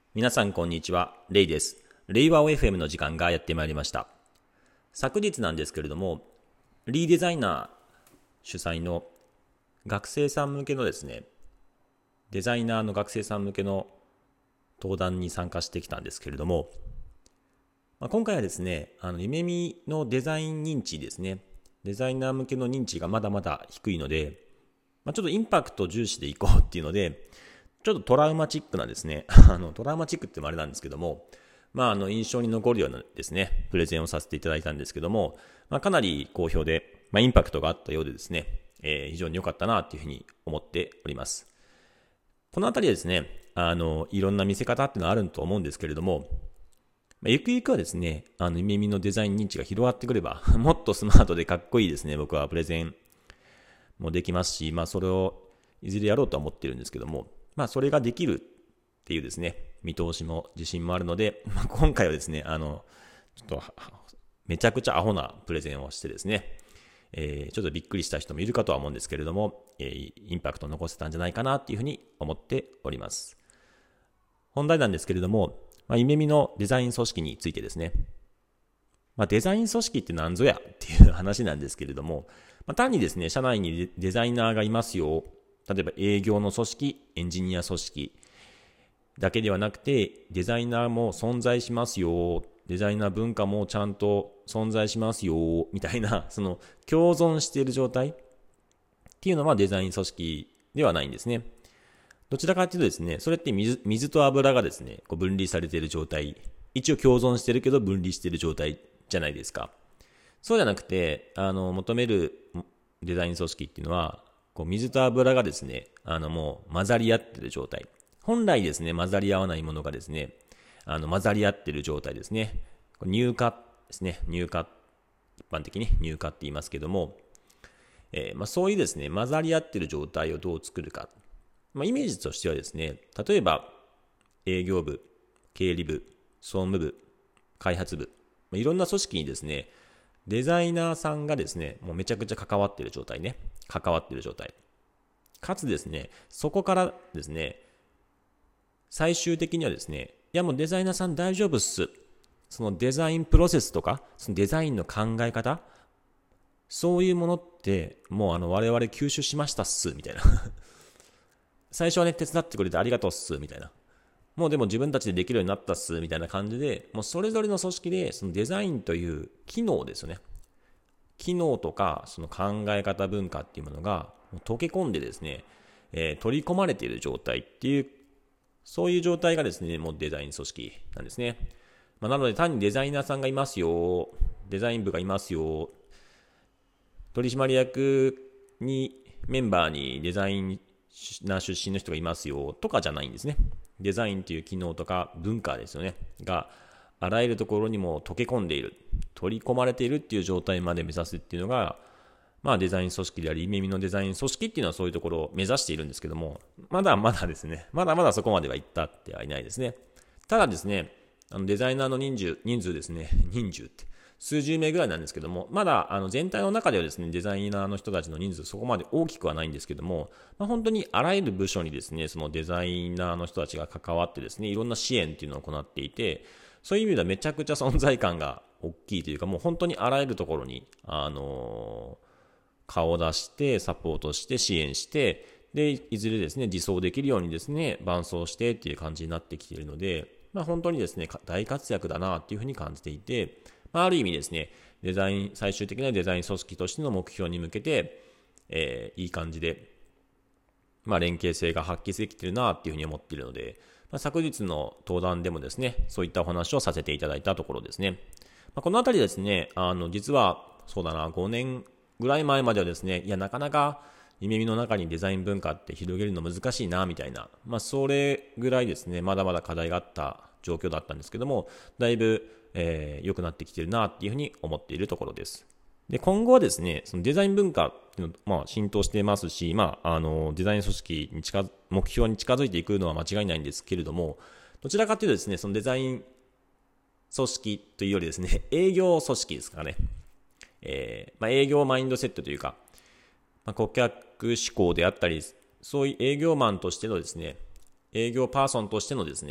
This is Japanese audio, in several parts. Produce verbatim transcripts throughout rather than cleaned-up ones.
皆さんこんにちは、レイです。レイワオ エフエム の時間がやってまいりました。昨日なんですけれども、リーデザイナー主催の学生さん向けのですね、デザイナーの学生さん向けの登壇に参加してきたんですけれども、まあ、今回はですね、あの夢見のデザイン認知ですね、デザイナー向けの認知がまだまだ低いので、まあ、ちょっとインパクト重視でいこうっていうので、ちょっとトラウマチックなですね、あのトラウマチックってもあれなんですけども、まあ、あの印象に残るようなですね、プレゼンをさせていただいたんですけども、まあ、かなり好評で、まあ、インパクトがあったようでですね、えー、非常に良かったなというふうに思っております。このあたりですね、あのいろんな見せ方っていうのはあると思うんですけれども、まあ、ゆくゆくはですね、あの夢見のデザイン認知が広がってくれば、もっとスマートでかっこいいですね、僕はプレゼンもできますし、まあ、それをいずれやろうとは思ってるんですけども、まあ、それができるっていうですね、見通しも自信もあるので、まあ、今回はですね、あの、ちょっと、めちゃくちゃアホなプレゼンをしてですね、えー、ちょっとびっくりした人もいるかとは思うんですけれども、えー、インパクトを残せたんじゃないかなっていうふうに思っております。本題なんですけれども、まあ、夢見のデザイン組織についてですね、まあ、デザイン組織って何ぞやっていう話なんですけれども、まあ、単にですね、社内にデザイナーがいますよ、例えば営業の組織、エンジニア組織だけではなくて、デザイナーも存在しますよ、デザイナー文化もちゃんと存在しますよ、みたいな、その共存している状態っていうのはデザイン組織ではないんですね。どちらかというとですね、それって水、水と油がですね、こう分離されている状態、一応共存してるけど分離している状態じゃないですか。そうじゃなくて、あの、求めるデザイン組織っていうのは、こう水と油がですね、あのもう混ざり合っている状態。本来ですね、混ざり合わないものがですね、あの混ざり合っている状態ですね。乳化ですね。乳化、一般的に乳化って言いますけども、えーまあ、そういうですね、混ざり合っている状態をどう作るか。まあ、イメージとしてはですね、例えば営業部、経理部、総務部、開発部、まあ、いろんな組織にですね、デザイナーさんがですね、もうめちゃくちゃ関わっている状態ね。関わっている状態。かつですね、そこからですね、最終的にはですね、いやもうデザイナーさん大丈夫っす。そのデザインプロセスとか、そのデザインの考え方、そういうものってもうあの我々吸収しましたっす、みたいな。最初はね、手伝ってくれてありがとうっす、みたいな。もうでも自分たちでできるようになったっす、みたいな感じで、もうそれぞれの組織でそのデザインという機能ですよね。機能とかその考え方文化っていうものが溶け込んでですね、えー、取り込まれている状態っていう、そういう状態がですね、もうデザイン組織なんですね。まあ、なので単にデザイナーさんがいますよ、デザイン部がいますよ、取締役にメンバーにデザインな出身の人がいますよとかじゃないんですね。デザインという機能とか文化ですよねがあらゆるところにも溶け込んでいる、取り込まれているっていう状態まで目指すっていうのが、まあデザイン組織であり、夢見のデザイン組織っていうのはそういうところを目指しているんですけども、まだまだですね、まだまだそこまでは行ったってはいないですね。ただですね、あのデザイナーの人数、人数ですね、人数って数十名ぐらいなんですけども、まだあの全体の中ではですね、デザイナーの人たちの人数そこまで大きくはないんですけども、まあ、本当にあらゆる部署にですね、そのデザイナーの人たちが関わってですね、いろんな支援っていうのを行っていて、そういう意味ではめちゃくちゃ存在感が大きいというか、もう本当にあらゆるところに、あのー、顔を出して、サポートして、支援して、で、いずれですね、自走できるようにですね、伴走してっていう感じになってきているので、まあ本当にですね、大活躍だなっていうふうに感じていて、まあある意味ですね、デザイン、最終的なデザイン組織としての目標に向けて、えー、いい感じで、まあ連携性が発揮できているなっていうふうに思っているので、まあ、昨日の登壇でもですね、そういったお話をさせていただいたところですね。まあ、このあたりですね、あの、実は、そうだな、ごねんぐらい前まではですね、いや、なかなか、夢見の中にデザイン文化って広げるの難しいな、みたいな、まあ、それぐらいですね、まだまだ課題があった状況だったんですけども、だいぶ、えー、良くなってきてるな、っていうふうに思っているところです。で、今後はですね、そのデザイン文化っていうの、まあ、浸透していますし、まあ、あの、デザイン組織に近づ、目標に近づいていくのは間違いないんですけれども、どちらかというとですね、そのデザイン組織というよりですね、営業組織ですかね。えー、まあ、営業マインドセットというか、まあ、顧客志向であったり、そういう営業マンとしてのですね、営業パーソンとしてのですね、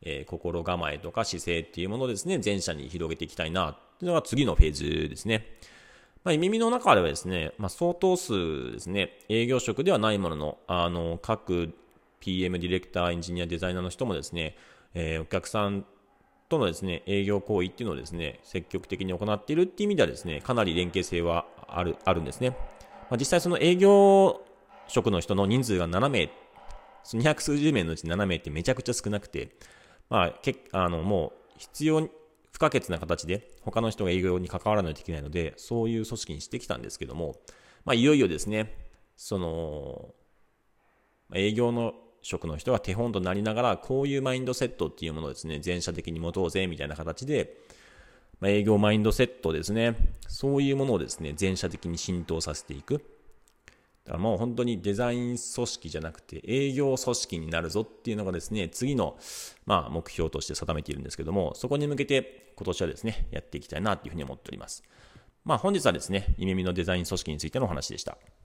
えー、心構えとか姿勢っていうものをですね、全社に広げていきたいなっていうのが次のフェーズですね。まあ、耳の中ではですね、まあ、相当数ですね、営業職ではないものの、あの、各 ピーエム、ディレクター、エンジニア、デザイナーの人もですね、えー、お客さんとのですね、営業行為っていうのをですね、積極的に行っているっていう意味ではですね、かなり連携性はある、あるんですね。まあ、実際その営業職の人の人数がななめい、にひゃくすうじゅうめいのうちななめいってめちゃくちゃ少なくて、まあ、けあのもう必要不可欠な形で他の人が営業に関わらないといけないので、そういう組織にしてきたんですけども、まあ、いよいよですね、その営業の職の人が手本となりながら、こういうマインドセットっていうものをですね、全社的に持とうぜみたいな形で、まあ、営業マインドセットですね、そういうものをですね、全社的に浸透させていく。だからもう本当にデザイン組織じゃなくて営業組織になるぞっていうのがですね、次のまあ目標として定めているんですけども、そこに向けて今年はですね、やっていきたいなというふうに思っております。まあ本日はですね、イメミのデザイン組織についてのお話でした。